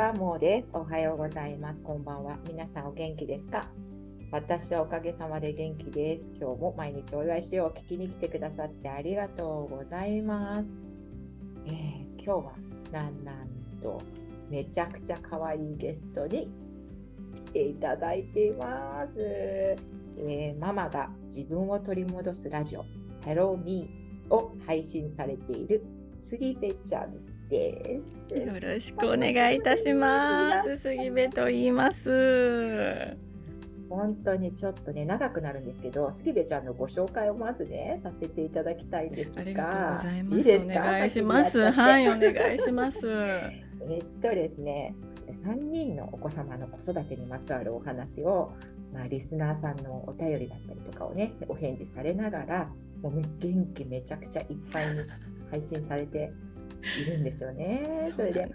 はもうです。おはようございます。こんばんは。皆さんお元気ですか？私はおかげさまで元気です。今日も毎日お祝いしよう聞きに来てくださってありがとうございます。今日はなんとめちゃくちゃ可愛いゲストに来ていただいています。ママが自分を取り戻すラジオ Hello Me を配信されている杉部ちゃんです。 よろしくお願いいたします。杉部と言います。 本当にちょっとね長くなるんですけど、杉部ちゃんのご紹介をまずねさせていただきたいんですが、 ありがとうございます。 いいですか？ お願いします。はい、お願いします。 ですね、3人のお子様の子育てにまつわるお話を、リスナーさんのお便りだったりとかをねお返事されながら、もう元気めちゃくちゃいっぱいに配信されているんですよね。それで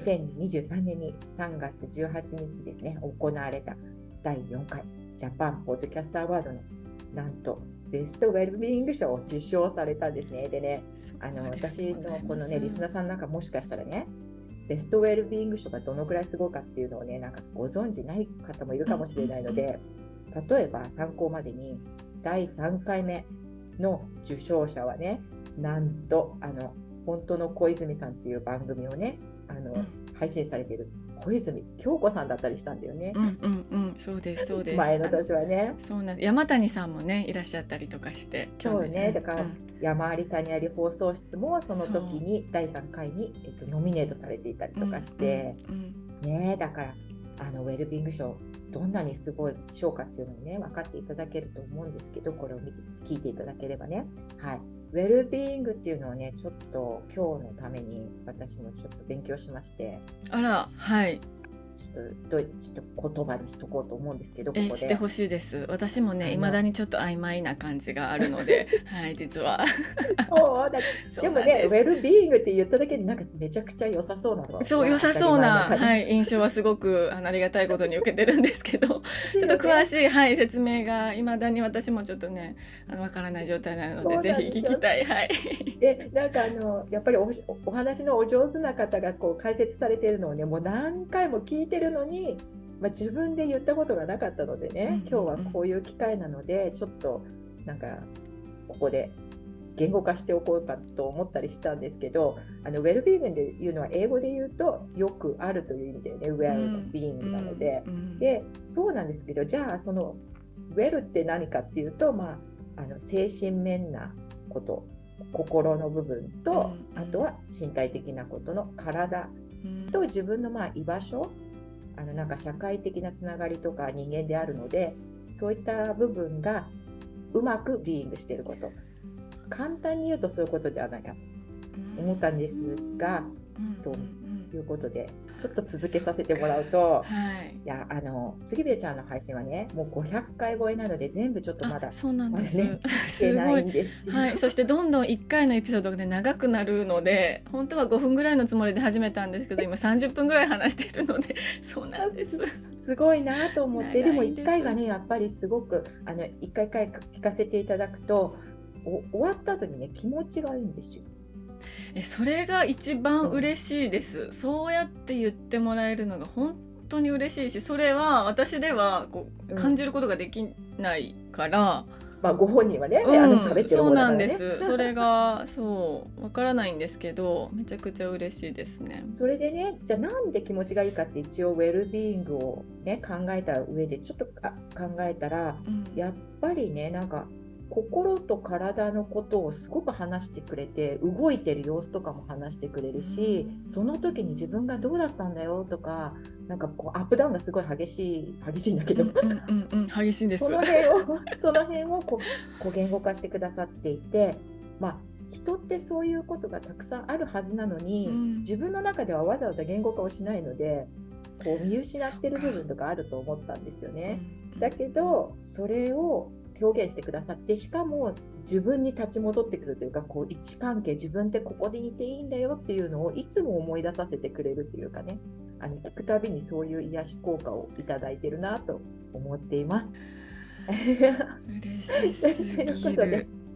2023年に3月18日ですね行われた第4回ジャパンポッドキャストアワードのなんとベストウェルビーイング賞を受賞されたんですね。でね、私のこのねリスナーさんなんかもしかしたらねベストウェルビーイング賞がどのくらいすごいかっていうのをねなんかご存じない方もいるかもしれないので、例えば参考までに第3回目の受賞者はね、なんと本当の小泉さんっていう番組をね配信されている小泉京子さんだったりしたんだよね。 そうですそうです。 前の年はね。 そうなんです。山谷さんもねいらっしゃったりとかして。 そうね。だから、山あり谷あり放送室もその時に第3回に、ノミネートされていたりとかして、ね、だからウェルビーイング賞どんなにすごい賞かっていうのをね分かっていただけると思うんですけど、これを聞いていただければね、はい、ウェルビーイングっていうのをねちょっと今日のために私もちょっと勉強しまして、 あら、はい、 ちょっと言葉にしとこうと思うんですけど、ここでしてほしいです。私もね未だにちょっと曖昧な感じがあるのではい実はでもねウェルビーイングって言っただけでなんかめちゃくちゃ良さそうなの、 そう良さそうな、はい、印象はすごくありがたいことに受けてるんですけどちょっと詳しい、はい、説明が未だに私もちょっとねわからない状態なのでぜひ聞きたい。はい、 でなんかやっぱりお話のお上手な方がこう解説されているのをねもう何回も聞いてるのに、自分で言ったことがなかったのでね、今日はこういう機会なのでちょっとなんかここで言語化しておこうかと思ったりしたんですけど、ウェルビーイングでいうのは英語で言うとよくあるという意味でね、ウェルビーイングなので、でそうなんですけど、じゃあそのウェルって何かっていうと、精神面なこと、心の部分と、あとは身体的なことの体と自分の居場所、なんか社会的なつながりとか人間であるので、そういった部分がうまくビーイングしていること、簡単に言うとそういうことではないかと思ったんですが、ということでちょっと続けさせてもらうと、いや杉部ちゃんの配信はねもう500回超えなので全部ちょっとまだそうなんです、 ね、聞けないんですけど、 はい、そしてどんどん1回のエピソードが、ね、長くなるので本当は5分ぐらいのつもりで始めたんですけど今30分ぐらい話しているのでそうなんです。 すごいなと思って、でも1回がねやっぱりすごく1回聞かせていただくと終わった後にね気持ちがいいんですよ。 それが一番嬉しいです、そうやって言ってもらえるのが本当に嬉しいし、それは私ではこう感じることができないから、 ご本人はね、喋ってる方だからね。 そうなんです。それがそうわからないんですけどめちゃくちゃ嬉しいですね。 それでね、じゃあなんで気持ちがいいかって一応ウェルビーイングをね考えた上でちょっと考えたら、やっぱりねなんか心と体のことをすごく話してくれて、動いてる様子とかも話してくれるし、その時に自分がどうだったんだよとか、なんかこうアップダウンがすごい激しいんだけど、 激しいんです。 その辺をこう言語化してくださっていて、人ってそういうことがたくさんあるはずなのに、自分の中ではわざわざ言語化をしないのでこう見失ってる部分とかあると思ったんですよね。だけどそれを表現してくださって、しかも自分に立ち戻ってくるというか、こう位置関係、自分ってここでいていいんだよっていうのをいつも思い出させてくれるというかね、聞くたびにそういう癒し効果をいただいてるなと思っています。 嬉しすぎる。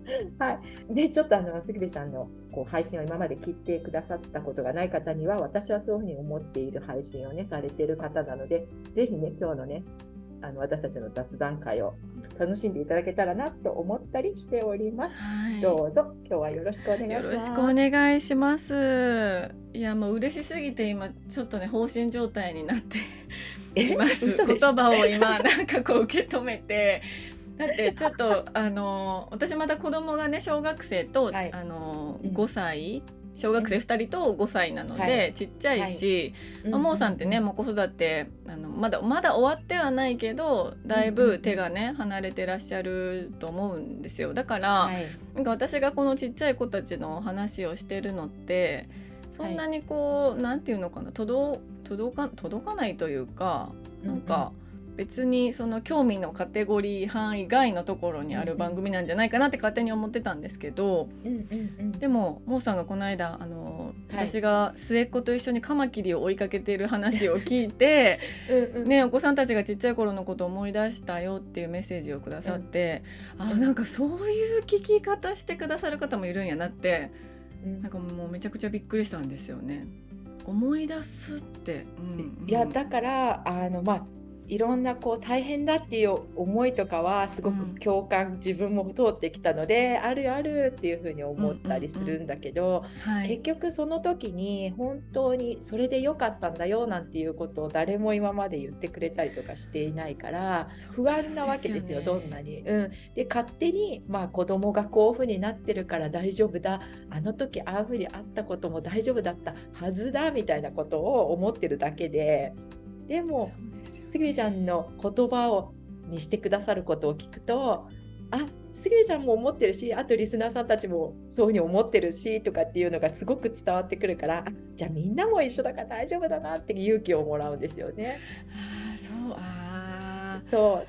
はい。で、ちょっと杉部さんの配信を今まで聞いてくださったことがない方には、私はそういうふうに思っている配信をね、されている方なので、ぜひね、今日のね、私たちの雑談会を楽しんでいただけたらなと思ったりしております。 はい、 どうぞ今日はよろしくお願いします。 よろしくお願いします。いや、もう嬉しすぎて今ちょっとね放心状態になっています。言葉を今なんかこう受け止めてだってちょっと私また子供がね小学生と、 はい、 5歳小学生2人と5歳なので、はい、ちっちゃいし、はい、モーさんってね、もう子育てまだ終わってはないけどだいぶ手がね離れてらっしゃると思うんですよ。だから、はい、なんか私がこのちっちゃい子たちの話をしてるのってそんなにこう、なんていうのかな届かないというか、なんか別にその興味のカテゴリー範囲外のところにある番組なんじゃないかなって勝手に思ってたんですけど、でもモーさんがこの間私が末っ子と一緒にカマキリを追いかけている話を聞いてね、お子さんたちがちっちゃい頃のことを思い出したよっていうメッセージをくださって、なんかそういう聞き方してくださる方もいるんやなって、なんかもうめちゃくちゃびっくりしたんですよね。思い出すって、 いやだからいろんな大変だっていう思いとかはすごく共感、自分も通ってきたのであるあるっていうふうに思ったりするんだけど、結局その時に本当にそれで良かったんだよなんていうことを誰も今まで言ってくれたりとかしていないから不安なわけですよ、どんなに。で勝手に子供がこういうふうになってるから大丈夫だ、あの時ああいうふうにあったことも大丈夫だったはずだみたいなことを思ってるだけで、でも杉部ちゃんの言葉にしてくださることを聞くと、杉部ちゃんも思ってるし、あとリスナーさんたちもそういうふうに思ってるしとかっていうのがすごく伝わってくるから、じゃあみんなも一緒だから大丈夫だなって勇気をもらうんですよね。そう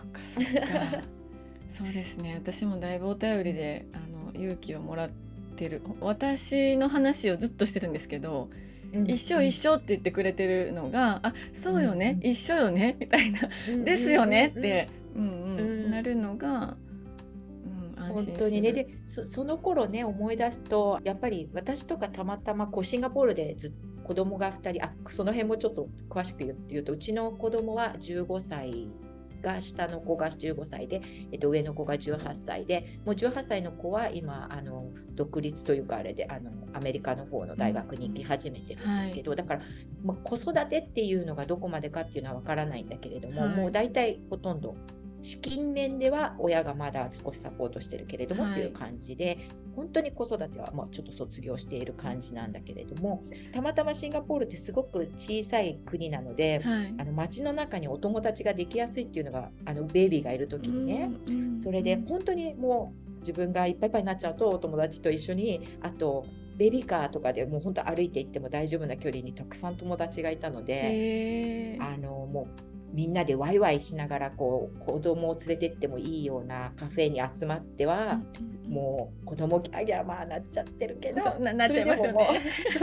そうですね。私もだいぶお便りで勇気をもらってる。私の話をずっとしてるんですけど、一緒って言ってくれてるのが、そうよね、一緒よねみたいな、ですよねって、なるのが、安心する。 本当にね。で その頃ね思い出すと、やっぱり私とかたまたまシンガポールで子供が2人、その辺もちょっと詳しく言うと、うちの子供は15歳が下の子が15歳で、上の子が18歳で、もう18歳の子は今独立というかあれでアメリカの方の大学に行き始めてるんですけど、だから、子育てっていうのがどこまでかっていうのは分からないんだけれども、もう大体ほとんど資金面では親がまだ少しサポートしてるけれどもっていう感じで、本当に子育てはちょっと卒業している感じなんだけれども、たまたまシンガポールってすごく小さい国なので、街の中にお友達ができやすいっていうのがベイビーがいる時にね、それで本当にもう自分がいっぱいいっぱいになっちゃうとお友達と一緒に、あとベビーカーとかでもう本当歩いて行っても大丈夫な距離にたくさん友達がいたので、もうみんなでワイワイしながら子供を連れてってもいいようなカフェに集まっては、もう子供ギャーギャーなっちゃってるけど、 そんななっちゃいますよね。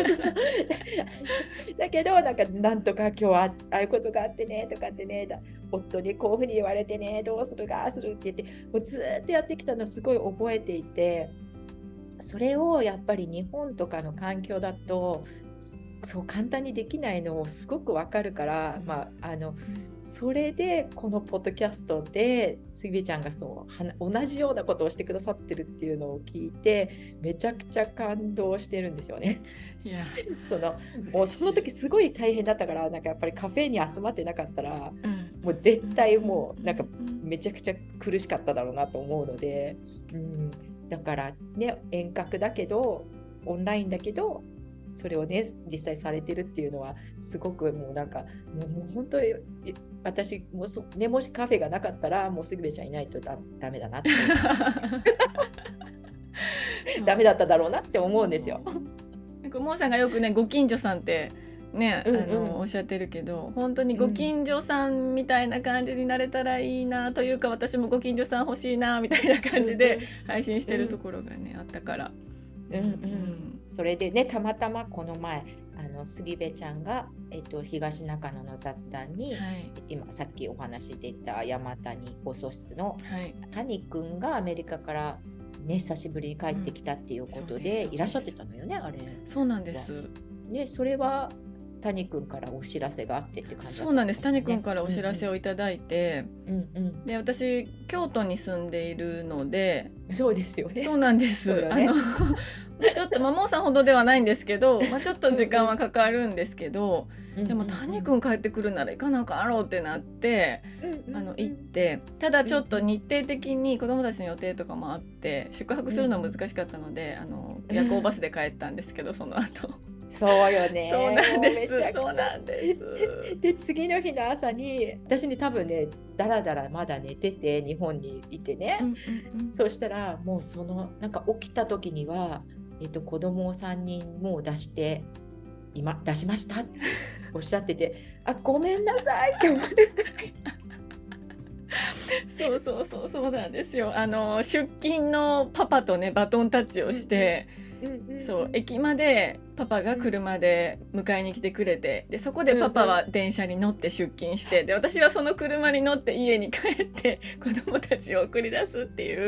だけどなんとか今日はああいうことがあってねとかってね、夫にこういうふうに言われてね、どうするかするって言ってもうずっとやってきたのをすごい覚えていて、それをやっぱり日本とかの環境だとそう簡単にできないのをすごくわかるから、それでこのポッドキャストで杉部ちゃんが同じようなことをしてくださってるっていうのを聞いてめちゃくちゃ感動してるんですよね。 いやもうその時すごい大変だったから、やっぱりカフェに集まってなかったら、もう絶対もうめちゃくちゃ苦しかっただろうなと思うので、だからね、遠隔だけどオンラインだけどそれをね実際されてるっていうのはすごくもうもう本当に私もしカフェがなかったらもう杉部ちゃんいないとダメだなってダメだっただろうなって思うんですよ。 モーさんがよくねご近所さんってね、おっしゃってるけど、本当にご近所さんみたいな感じになれたらいいなというか、私もご近所さん欲しいなみたいな感じで配信してるところがね、あったから、 それでね、たまたまこの前杉部ちゃんが、東中野の雑談に、今さっきお話出た山谷放送室の谷くんがアメリカからね、久しぶりに帰ってきたっていうことで、いらっしゃってたのよね、あれ。 そうなんです。 ね、それは谷君からお知らせがあってって感じだったんですね。 そうなんです。谷君からお知らせをいただいて、で私京都に住んでいるので。 そうですよね。 そうなんです。ね、ちょっともうさんほどではないんですけど、ちょっと時間はかかるんですけど、でも谷君帰ってくるなら行かなあかんやろうってなって、行って、ただちょっと日程的に子どもたちの予定とかもあって宿泊するのは難しかったので、夜行バスで帰ったんですけど、その後。 そうよね。 そうなんです。そうなんです。 で次の日の朝に私ね、多分ねだらだらまだ寝てて、日本にいてね、そうしたらもうそのなんか起きた時には、子供を3人もう出して今出しましたっておっしゃっててあ、ごめんなさいって思ってそうなんですよ。出勤のパパとねバトンタッチをして、そう駅までパパが車で迎えに来てくれて、でそこでパパは電車に乗って出勤して、で私はその車に乗って家に帰って子供たちを送り出すっていう。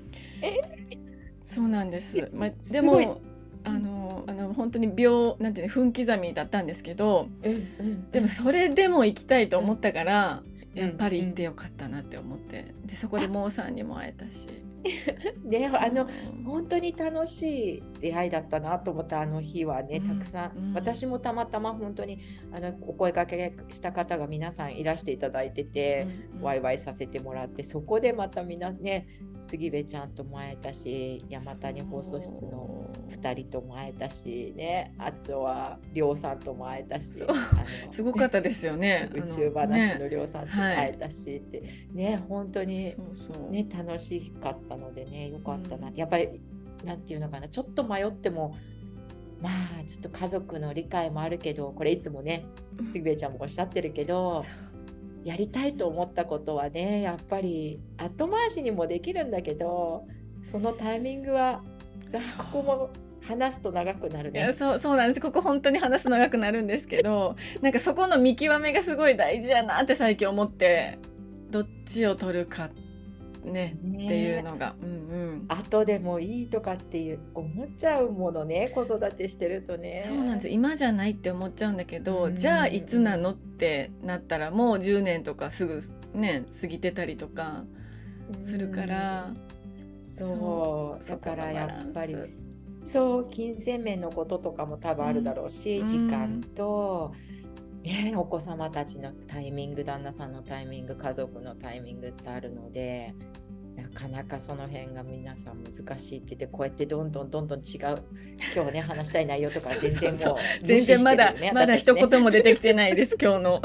そうなんです。でも本当になんていうの、分刻みだったんですけど、でもそれでも行きたいと思ったから、やっぱり行ってよかったなって思って、でそこでモーさんにも会えたしね、本当に楽しい出会いだったなと思った、あの日はね、たくさん、私もたまたま本当にお声掛けした方が皆さんいらしていただいてて、ワイワイさせてもらって、そこでまたみんなね、杉部ちゃんとも会えたし、山谷放送室の2人とも会えたしね、あとは亮さんとも会えたし、 すごかったですよね。 宇宙話の亮さんとも会えたしってね、本当にね楽しかったのでね、よかったな、やっぱりなんていうのかな、ちょっと迷ってもまあちょっと家族の理解もあるけど、これいつもね杉部ちゃんもおっしゃってるけど、やりたいと思ったことはね、やっぱり後回しにもできるんだけど、そのタイミングはここも話すと長くなるね。 いや、そうなんです。ここ本当に話すと長くなるんですけどなんかそこの見極めがすごい大事やなって最近思って、どっちを取るかねっていうのが、 後でもいいとかっていう思っちゃうものね、子育てしてるとね。 そうなんです。今じゃないって思っちゃうんだけど、じゃあいつなのってなったらもう10年とかすぐね過ぎてたりとかするから、 そうだからやっぱりそう金銭面のこととかも多分あるだろうし、時間と、ね、お子様たちのタイミング、旦那さんのタイミング、家族のタイミングってあるので、なかなかその辺が皆さん難しいって言って、こうやってどんどん違う今日ね話したい内容とか全然もう全然まだ一言も出てきてないです今日の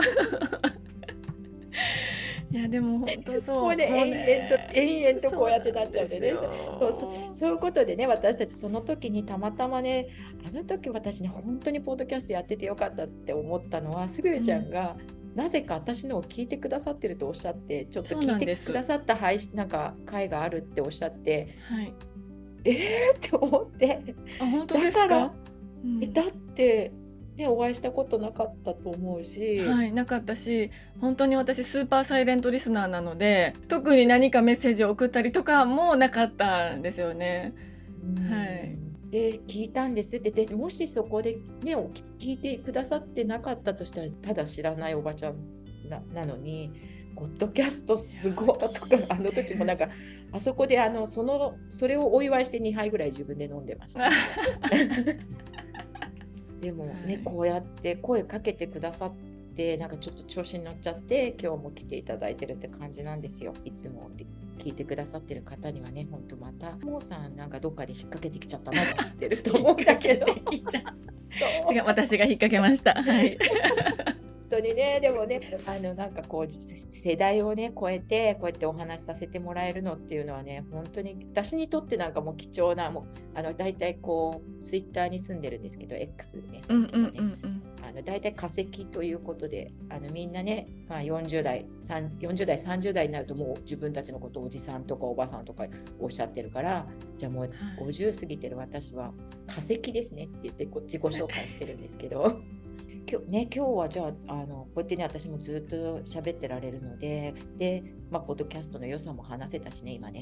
いやでも本当そうもうね、延々とこうやってなっちゃうんでね。そういうことでね、私たちその時にたまたまね、あの時私ね本当にポッドキャストやっててよかったって思ったのは、すぐゆちゃんが、なぜか私のを聞いてくださってるとおっしゃって、ちょっと聞いてくださったなんか回があるっておっしゃって、って思って。 本当ですか？ だってね、お会いしたことなかったと思うし、 なかったし、本当に私スーパーサイレントリスナーなので、特に何かメッセージを送ったりとかもなかったんですよね。 で聞いたんですって。でもしそこでね聞いてくださってなかったとしたら、ただ知らないおばちゃん なのにポッドキャストすごいとか、あの時もなんかあそこでそれをお祝いして2杯ぐらい自分で飲んでましたでもね、こうやって声かけてくださって、なんかちょっと調子に乗っちゃって今日も来ていただいてるって感じなんですよ。いつも聞いてくださってる方にはね、本当またモーさんなんかどっかで引っ掛けてきちゃったなと思ってると思うんだけど違う、私が引っ掛けました本当にね。でもね、なんかこう世代をね超えてこうやってお話しさせてもらえるのっていうのはね、本当に私にとってなんかもう貴重な、もうだいたいこうツイッターに住んでるんですけど、 X ね、さっきはね、だいたい化石ということで、みんなね、40代30代になるともう自分たちのことをおじさんとかおばさんとかおっしゃってるから、じゃあもう50過ぎてる私は化石ですねって言って自己紹介してるんですけど今日はじゃあ、こうやってね私もずっと喋ってられるので、ポッドキャストの良さも話せたしね、今ね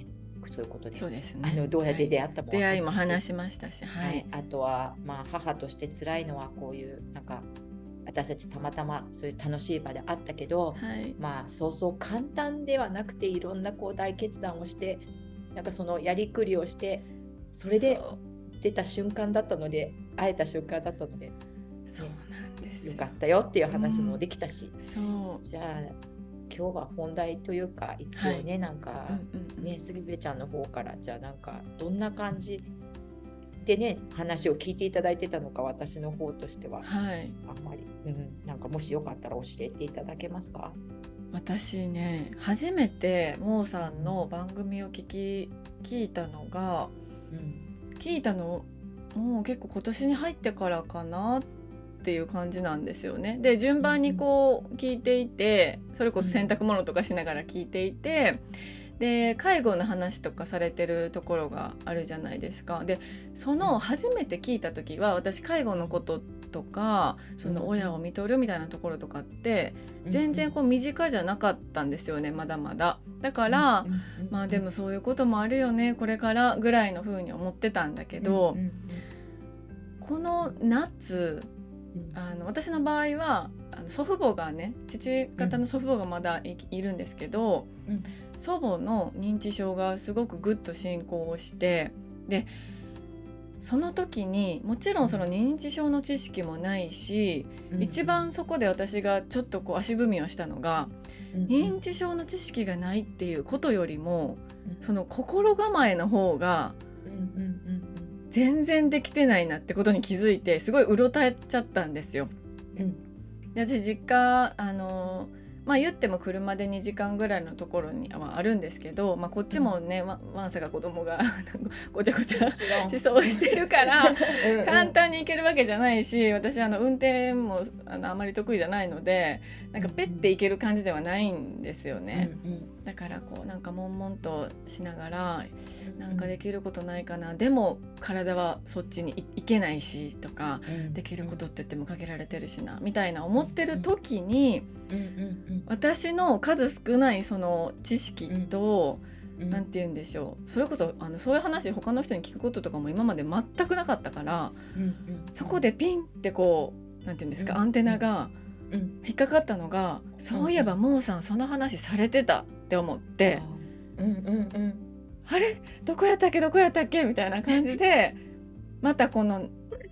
そういうことで。 そうですね。 どうやって出会ったも、 出会いも話しましたし、はい。 あとは、母として辛いのはこういうなんか私たちたまたまそういう楽しい場であったけど、そうそう簡単ではなくていろんなこう大決断をしてなんかそのやりくりをしてそれで出た瞬間だったので会えた瞬間だったので、 そうなんですよかったよっていう話もできたし、 そうじゃあ今日は本題というか一応ね、なんかね杉部ちゃんの方からじゃあなんかどんな感じでね話を聞いていただいてたのか私の方としては、あんまり、なんかもしよかったら教えていただけますか？ 私ね初めてモーさんの番組を聞いたのが、聞いたのもう結構今年に入ってからかなっていう感じなんですよね。で順番にこう聞いていて、それこそ洗濯物とかしながら聞いていて、で介護の話とかされてるところがあるじゃないですか。でその初めて聞いた時は私介護のこととかその親を見とるみたいなところとかって全然こう身近じゃなかったんですよね、まだまだ。だからでもそういうこともあるよねこれからぐらいの風に思ってたんだけど、この夏私の場合は祖父母がね父方の祖父母がまだいるんですけど、祖母の認知症がすごくぐっと進行をして、でその時にもちろんその認知症の知識もないし、一番そこで私がちょっとこう足踏みをしたのが、認知症の知識がないっていうことよりも、その心構えの方が全然できてないなってことに気づいて、すごいうろたえちゃったんですよ。で私実家言っても車で2時間ぐらいのところにはあるんですけど、こっちもね、ワンサが子供がごちゃごちゃしそうしてるから簡単に行けるわけじゃないし、私運転もあまり得意じゃないのでなんかペッて行ける感じではないんですよね。だからこうなんか悶々としながらなんかできることないかな、でも体はそっちに行けないしとか、できることって言っても限られてるしなみたいな思ってる時に、私の数少ないその知識と、なんて言うんでしょう、それこそそういう話他の人に聞くこととかも今まで全くなかったから、そこでピンってこうなんて言うんですか、アンテナが引っかかったのが、そういえばモーさんその話されてたって思って、あれどこやったっけみたいな感じでまたこの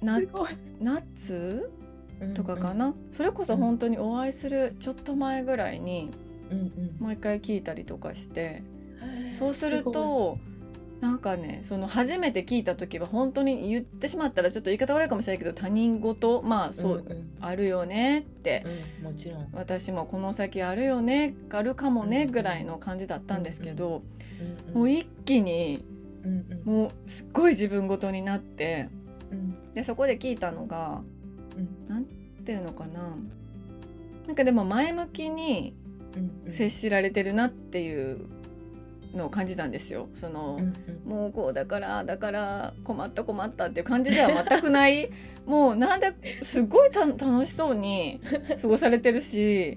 夏とかかな、それこそ本当にお会いするちょっと前ぐらいにもう一回聞いたりとかして、そうするとなんかね、その初めて聞いた時は本当に言ってしまったらちょっと言い方悪いかもしれないけど、他人事そうあるよねって、 もちろん私もこの先あるよねあるかもねぐらいの感じだったんですけど、もう一気にもうすっごい自分ごとになって、でそこで聞いたのが、なんていうのかな、なんかでも前向きに接しられてるなっていうのを感じたんですよ。その、もうこうだから困ったっていう感じでは全くないもうなんですごい楽しそうに過ごされてるし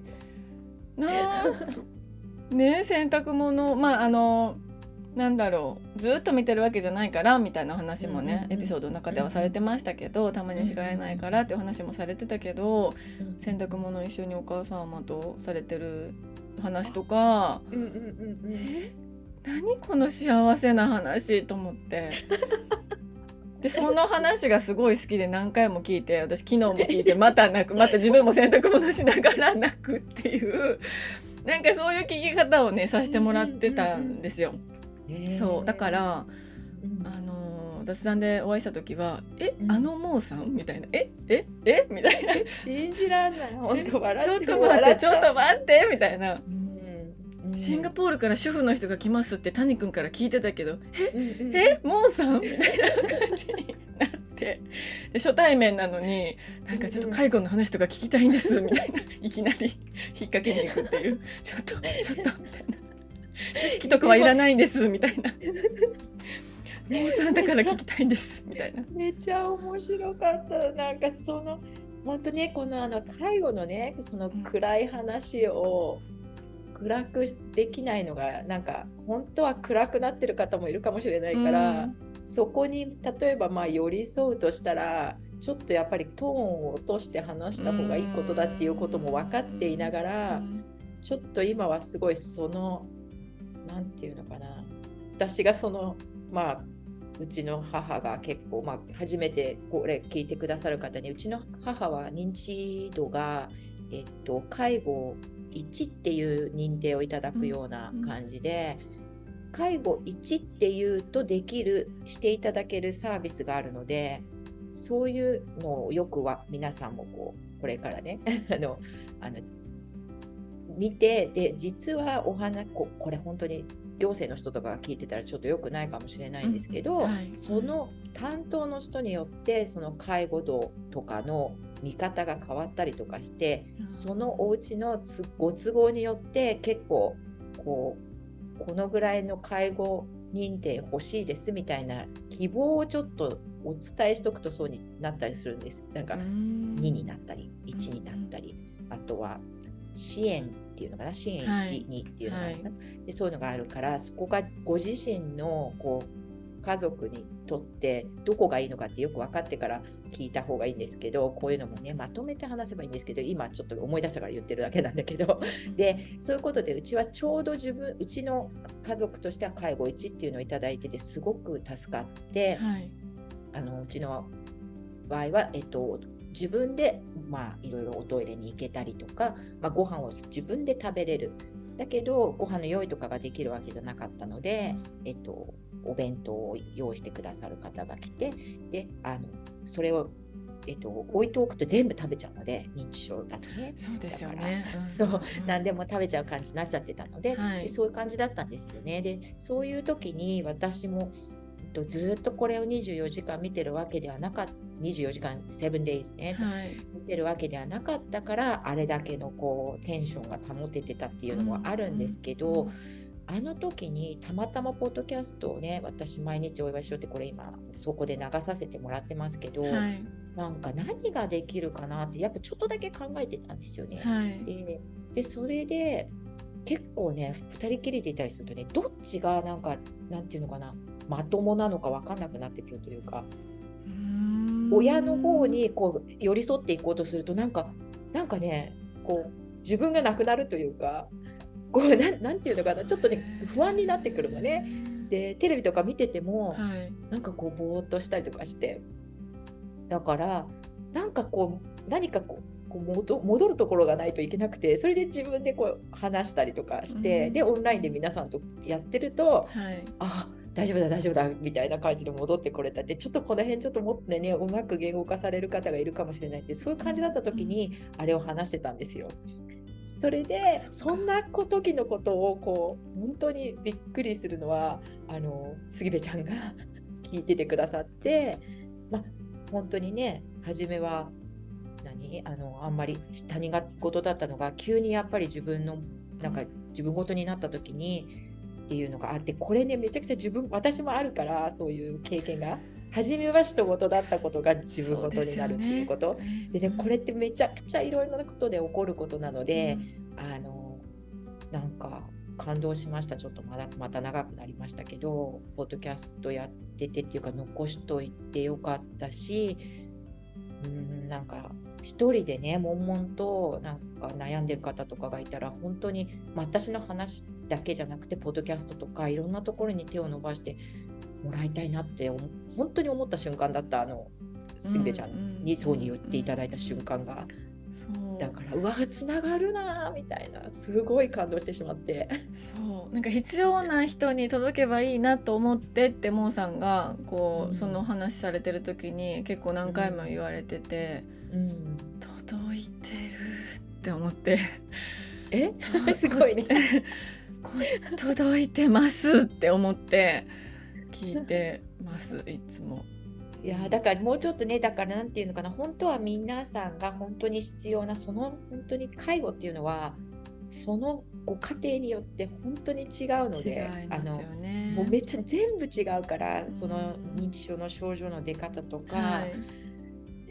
ね、洗濯物なんだろう、ずっと見てるわけじゃないからみたいな話もね、エピソードの中ではされてましたけど、たまにしか会えないからっていう話もされてたけど、洗濯物一緒にお母様とされてる話とか、何この幸せな話と思ってでその話がすごい好きで何回も聞いて、私昨日も聞いてまた自分も洗濯物しながら泣くっていうなんかそういう聞き方をねさせてもらってたんですよ。そうだから雑談でお会いした時はモーさんみたいなみたいな信じらんない、本当笑ってちょっと待ってみたいな、シンガポールから主婦の人が来ますって谷君から聞いてたけどモーさんみたいな感じになってで初対面なのになんかちょっと介護の話とか聞きたいんですみたいないきなり引っ掛けに行くっていうちょっとみたいな知識とかはいらないんですみたいなモーさんだから聞きたいんですみたいな。 めっちゃ面白かった。なんかその本当ね、この介護のねその暗い話を暗くできないのがなんか本当は暗くなってる方もいるかもしれないから、そこに例えばまあ寄り添うとしたらちょっとやっぱりトーンを落として話した方がいいことだっていうことも分かっていながら、ちょっと今はすごいそのなんていうのかな、私がそのまあうちの母が結構、まあ、初めてこれ聞いてくださる方に、うちの母は認知度が、介護1っていう認定をいただくような感じで、介護1っていうとできるしていただけるサービスがあるので、そういうのをよくは皆さんもこれからね見て、で実はこれ本当に行政の人とかが聞いてたらちょっと良くないかもしれないんですけど、その担当の人によってその介護度とかの見方が変わったりとかして、そのお家のご都合によって結構このぐらいの介護認定欲しいですみたいな希望をちょっとお伝えしとくとそうになったりするんです。なんか2になったり1になったり、あとは支援っていうのかな、支援1、2っていうのがあるかな、でそういうのがあるから、そこがご自身の家族にとってどこがいいのかってよく分かってから聞いた方がいいんですけど、こういうのもねまとめて話せばいいんですけど、今ちょっと思い出したから言ってるだけなんだけどでそういうことでうちはちょうどうちの家族としては介護1っていうのをいただいててすごく助かって、うちの場合は自分でいろいろおトイレに行けたりとか、ご飯を自分で食べれる。だけどご飯の用意とかができるわけじゃなかったので、お弁当を用意してくださる方が来て、でそれを、置いておくと全部食べちゃうので、認知症だとね。 そうですよね。 そう何でも食べちゃう感じになっちゃってたので、でそういう感じだったんですよね。でそういう時に私もずっとこれを24時間見てるわけではなかった、24時間7 days ね、見てるわけではなかったから、あれだけのテンションが保ててたっていうのもあるんですけど、あの時にたまたまポッドキャストをね、私毎日お祝いしようってこれ今そこで流させてもらってますけど、なんか何ができるかなってやっぱちょっとだけ考えてたんですよね。でそれで結構ね2人きりでいたりするとね、どっちがなんていうのかな、まともなのか分かんなくなってくるというか、親の方に寄り添っていこうとするとなんかね自分がなくなるというか、なんていうのかな、ちょっとね不安になってくるのね。でテレビとか見てても、なんかぼーっとしたりとかして、だからなんか何か戻るところがないといけなくて、それで自分で話したりとかして、でオンラインで皆さんとやってると、大丈夫だみたいな感じで戻ってこれたって、ちょっとこの辺ちょっともっとねうまく言語化される方がいるかもしれないって、そういう感じだった時にあれを話してたんですよ。それでそんな時のことを本当にびっくりするのは、杉部ちゃんが聞いててくださって、本当にね初めはあんまり他人事だったのが、急にやっぱり自分事になった時にっていうのがあって、これねめちゃくちゃ私もあるから、そういう経験が初めは人事だったことが自分事になるっていうこと でね、これってめちゃくちゃいろいろなことで起こることなので、なんか感動しました。ちょっとまた長くなりましたけど、ポッドキャストやっててっていうか残しといてよかったし、なんか一人でね悶々となんか悩んでる方とかがいたら、本当に私の話だけじゃなくてポッドキャストとかいろんなところに手を伸ばしてもらいたいなって本当に思った瞬間だった。杉部ちゃんにそうに言っていただいた瞬間が、だからつながるなみたいな、すごい感動してしまって、 なんか必要な人に届けばいいなと思ってってモーさんがその話されてる時に結構何回も言われてて、届いてるって思ってすごいね届いてますって思って聞いてますいつも。 いやだからもうちょっとね、だからなんていうのかな、本当は皆さんが本当に必要な本当に介護っていうのはそのご家庭によって本当に違うので、もうめっちゃ全部違うから、その認知症の症状の出方とか、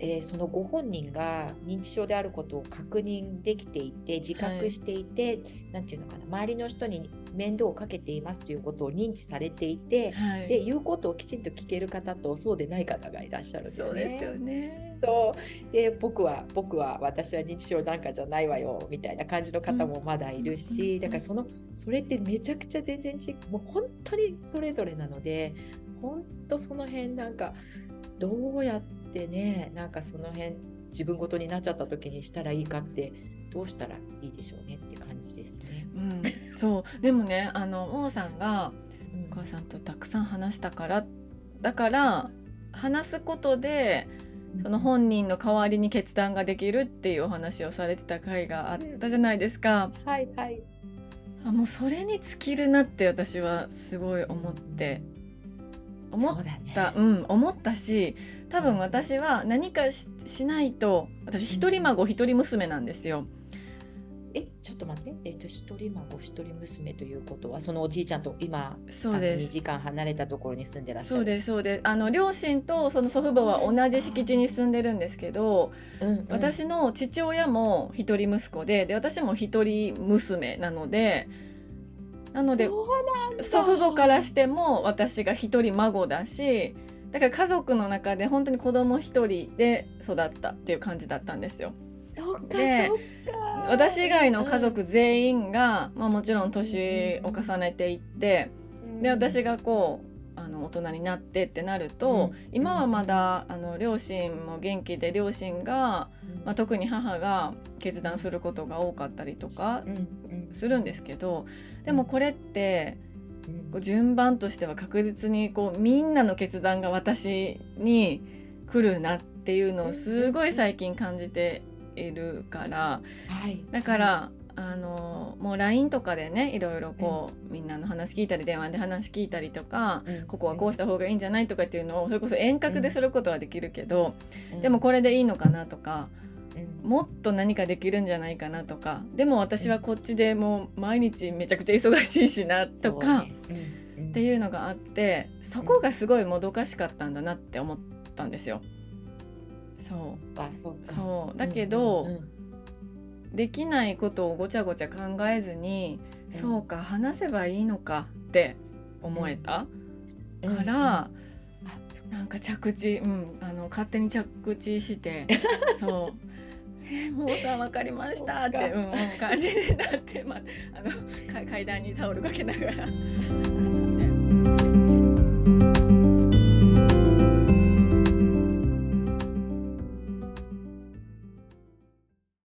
そのご本人が認知症であることを確認できていて、自覚していて、なんていうのかな、周りの人に面倒をかけていますということを認知されていて、で言うことをきちんと聞ける方とそうでない方がいらっしゃるんですよね。 そうですよね。 そうで私は認知症なんかじゃないわよみたいな感じの方もまだいるし、だからそれってめちゃくちゃ全然もう本当にそれぞれなので、本当その辺なんかどうやってね、なんかその辺自分ごとになっちゃった時にしたらいいかって、どうしたらいいでしょうねって感じですね。 そうでもね、王さんがお母さんとたくさん話したから、だから話すことでその本人の代わりに決断ができるっていうお話をされてた回があったじゃないですか。 はいはい。 もうそれに尽きるなって私はすごい思った、思ったし、多分私は何か しないと、私一人孫一人娘なんですよ。 ちょっと待って、一人孫一人娘ということは、そのおじいちゃんと今そうです 2時間離れたところに住んでらっしゃる。 そうです両親とその祖父母は同じ敷地に住んでるんですけど、私の父親も一人息子で、私も一人娘なので祖父母からしても私が一人孫だし、だから家族の中で本当に子供一人で育ったっていう感じだったんですよ。で、私以外の家族全員が、もちろん年を重ねていって、で私がこう大人になってってなると、今はまだ両親も元気で、両親が、特に母が決断することが多かったりとかするんですけど、でもこれって順番としては確実にみんなの決断が私に来るなっていうのをすごい最近感じているから、だから、もう LINE とかでね、いろいろみんなの話聞いたり、電話で話聞いたりとか、ここはこうした方がいいんじゃないとかっていうのをそれこそ遠隔ですることはできるけど、でもこれでいいのかなとか、もっと何かできるんじゃないかなとか、でも私はこっちでもう毎日めちゃくちゃ忙しいしなとか、っていうのがあって、そこがすごいもどかしかったんだなって思ったんですよ。そうだけど、できないことをごちゃごちゃ考えずに、そうか話せばいいのかって思えたから、なんか着地、勝手に着地してそうもうさ分かりましたって感じになって、階段にタオルかけながら